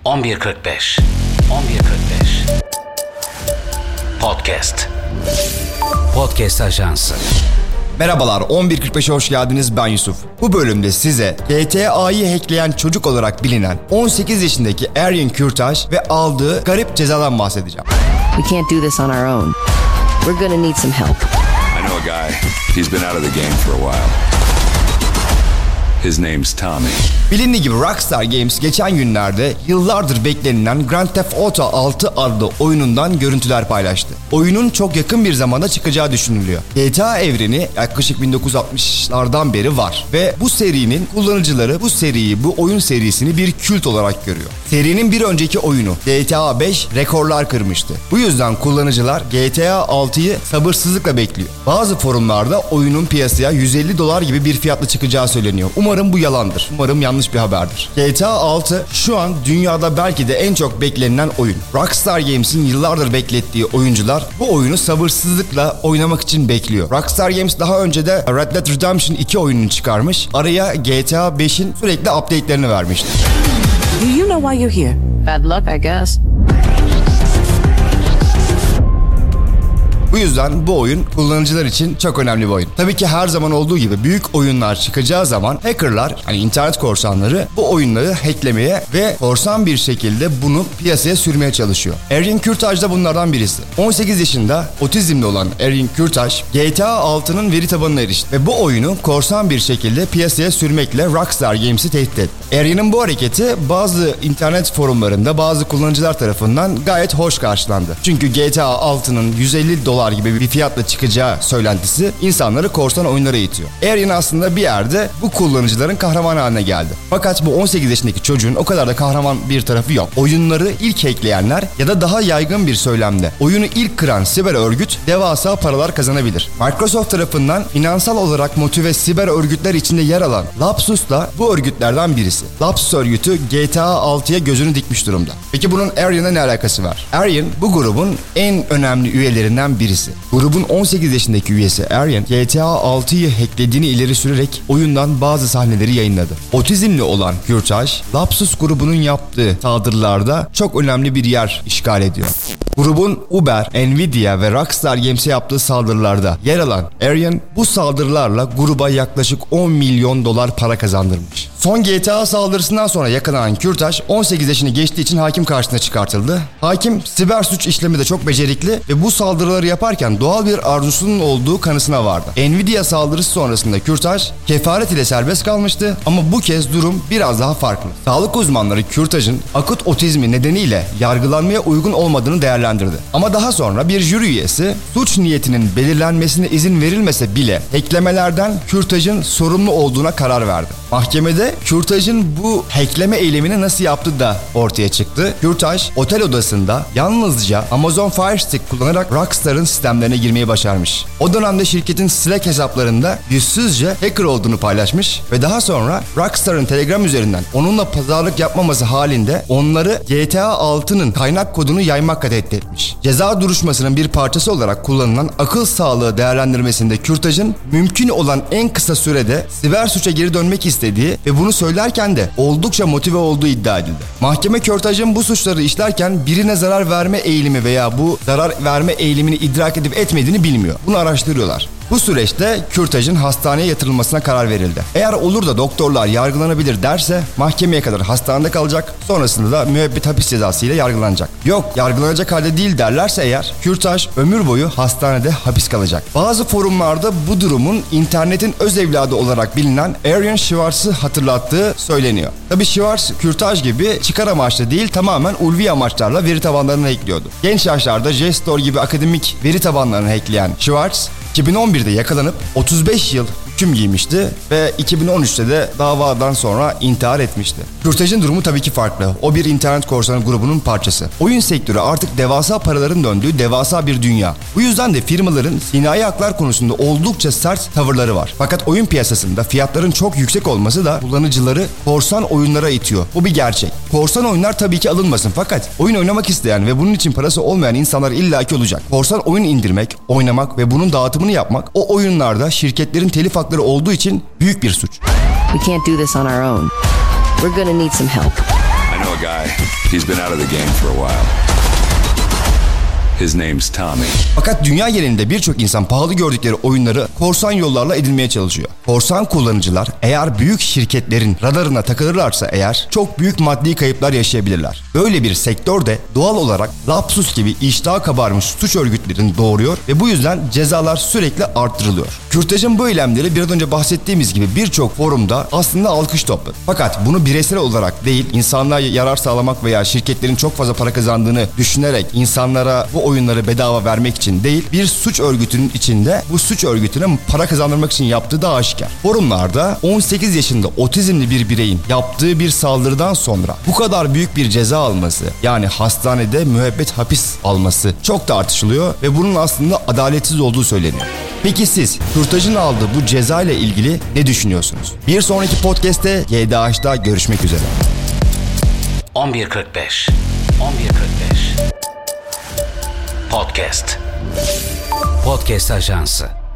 11.45 Podcast Ajansı. Merhabalar, 11.45'e hoş geldiniz. Ben Yusuf. Bu bölümde size GTA'yı hackleyen çocuk olarak bilinen 18 yaşındaki Arian Curtage ve aldığı garip cezadan bahsedeceğim. We can't do this on our own. We're gonna need some help. I know a guy. He's been out of the game for a while. His name's Tommy. Bilindiği gibi Rockstar Games geçen günlerde yıllardır beklenilen Grand Theft Auto 6 adlı oyunundan görüntüler paylaştı. Oyunun çok yakın bir zamanda çıkacağı düşünülüyor. GTA evreni yaklaşık 1960'lardan beri var ve bu serinin kullanıcıları bu oyun serisini bir kült olarak görüyor. Serinin bir önceki oyunu GTA 5 rekorlar kırmıştı. Bu yüzden kullanıcılar GTA 6'yı sabırsızlıkla bekliyor. Bazı forumlarda oyunun piyasaya $150 gibi bir fiyatla çıkacağı söyleniyor. Umarım bu yalandır. Umarım yanlış bir haberdir. GTA 6 şu an dünyada belki de en çok beklenilen oyun. Rockstar Games'in yıllardır beklettiği oyuncular bu oyunu sabırsızlıkla oynamak için bekliyor. Rockstar Games daha önce de Red Dead Redemption 2 oyununu çıkarmış. Araya GTA 5'in sürekli update'lerini vermişti. Do you know why you're here? Bad luck, I guess. Bu yüzden bu oyun kullanıcılar için çok önemli bir oyun. Tabii ki her zaman olduğu gibi büyük oyunlar çıkacağı zaman hackerlar, internet korsanları bu oyunları hacklemeye ve korsan bir şekilde bunu piyasaya sürmeye çalışıyor. Arian Curtage da bunlardan birisi. 18 yaşında otizmli olan Arian Curtage, GTA 6'nın veri tabanına erişti ve bu oyunu korsan bir şekilde piyasaya sürmekle Rockstar Games'i tehdit etti. Arian'ın bu hareketi bazı internet forumlarında bazı kullanıcılar tarafından gayet hoş karşılandı. Çünkü GTA 6'nın $150 gibi bir fiyatla çıkacağı söylentisi insanları korsan oyunlara itiyor. Arian aslında bir yerde bu kullanıcıların kahramanı haline geldi. Fakat bu 18 yaşındaki çocuğun o kadar da kahraman bir tarafı yok. Oyunları ilk hackleyenler ya da daha yaygın bir söylemde oyunu ilk kıran siber örgüt devasa paralar kazanabilir. Microsoft tarafından finansal olarak motive siber örgütler içinde yer alan Lapsus da bu örgütlerden birisi. Lapsus örgütü GTA 6'ya gözünü dikmiş durumda. Peki bunun Arian'la ne alakası var? Arian bu grubun en önemli üyelerinden birisi. Grubun 18 yaşındaki üyesi Arian, GTA 6'yı hacklediğini ileri sürerek oyundan bazı sahneleri yayınladı. Otizmli olan Curtage, Lapsus grubunun yaptığı saldırılarda çok önemli bir yer işgal ediyor. Grubun Uber, Nvidia ve Rockstar Games'e yaptığı saldırılarda yer alan Arian, bu saldırılarla gruba yaklaşık $10 milyon para kazandırmış. Son GTA saldırısından sonra yakalanan Curtage 18 yaşını geçtiği için hakim karşısına çıkartıldı. Hakim siber suç işlemi de çok becerikli ve bu saldırıları yaparken doğal bir arzusunun olduğu kanısına vardı. Nvidia saldırısı sonrasında Curtage kefaret ile serbest kalmıştı ama bu kez durum biraz daha farklı. Sağlık uzmanları Curtage'ın akut otizmi nedeniyle yargılanmaya uygun olmadığını değerlendirdi. Ama daha sonra bir jüri üyesi suç niyetinin belirlenmesine izin verilmese bile hacklemelerden Curtage'ın sorumlu olduğuna karar verdi. Mahkemede Curtage'ın bu hackleme eylemini nasıl yaptığı da ortaya çıktı. Curtage otel odasında yalnızca Amazon Fire Stick kullanarak Rockstar'ın sistemlerine girmeyi başarmış. O dönemde şirketin Slack hesaplarında yüzsüzce hacker olduğunu paylaşmış ve daha sonra Rockstar'ın Telegram üzerinden onunla pazarlık yapmaması halinde onları GTA 6'nın kaynak kodunu yaymakla tehdit etmiş. Ceza duruşmasının bir parçası olarak kullanılan akıl sağlığı değerlendirmesinde Curtage'ın mümkün olan en kısa sürede siber suça geri dönmek istediği ve bunu söylerken de oldukça motive olduğu iddia edildi. Mahkeme Curtage'ın bu suçları işlerken birine zarar verme eğilimi veya bu zarar verme eğilimini idrak edip etmediğini bilmiyor. Bunu araştırıyorlar. Bu süreçte Curtage'ın hastaneye yatırılmasına karar verildi. Eğer olur da doktorlar yargılanabilir derse mahkemeye kadar hastanede kalacak, sonrasında da müebbet hapis cezası ile yargılanacak. Yok, yargılanacak halde değil derlerse eğer Curtage ömür boyu hastanede hapis kalacak. Bazı forumlarda bu durumun internetin öz evladı olarak bilinen Arian Schwartz'ı hatırlattığı söyleniyor. Tabii Schwartz, Curtage gibi çıkar amaçlı değil, tamamen ulvi amaçlarla veri tabanlarını hackliyordu. Genç yaşlarda JSTOR gibi akademik veri tabanlarını hackleyen Schwartz, 2011'de yakalanıp 35 yıl hüküm giymişti ve 2013'te de davadan sonra intihar etmişti. Curtage'ın durumu tabii ki farklı. O bir internet korsanı grubunun parçası. Oyun sektörü artık devasa paraların döndüğü devasa bir dünya. Bu yüzden de firmaların sinayi haklar konusunda oldukça sert tavırları var. Fakat oyun piyasasında fiyatların çok yüksek olması da kullanıcıları korsan oyunlara itiyor. Bu bir gerçek. Korsan oyunlar tabii ki alınmasın fakat oyun oynamak isteyen ve bunun için parası olmayan insanlar illaki olacak. Korsan oyun indirmek, oynamak ve bunun dağıtımını yapmak o oyunlarda şirketlerin telif hakları olduğu için büyük bir suç. We can't do this on our own. We're gonna need some help. I I know a guy. He's been out of the game for a while. His name's Tommy. Fakat dünya genelinde birçok insan pahalı gördükleri oyunları korsan yollarla edinmeye çalışıyor. Korsan kullanıcılar eğer büyük şirketlerin radarına takılırlarsa eğer çok büyük maddi kayıplar yaşayabilirler. Böyle bir sektör de doğal olarak Lapsus gibi iştahı kabarmış suç örgütlerini doğuruyor ve bu yüzden cezalar sürekli arttırılıyor. Kürtajın bu eylemleri biraz önce bahsettiğimiz gibi birçok forumda aslında alkış topladı. Fakat bunu bireysel olarak değil, insanlara yarar sağlamak veya şirketlerin çok fazla para kazandığını düşünerek insanlara bu oyunları bedava vermek için değil, bir suç örgütünün içinde bu suç örgütüne para kazandırmak için yaptığı da aşikar. Forumlarda 18 yaşında otizmli bir bireyin yaptığı bir saldırıdan sonra bu kadar büyük bir ceza alması, yani hastanede müebbet hapis alması çok tartışılıyor ve bunun aslında adaletsiz olduğu söyleniyor. Peki siz kürtajın aldığı bu ceza ile ilgili ne düşünüyorsunuz? Bir sonraki podcast'te GDH'da görüşmek üzere. 11.45 Podcast Ajansı.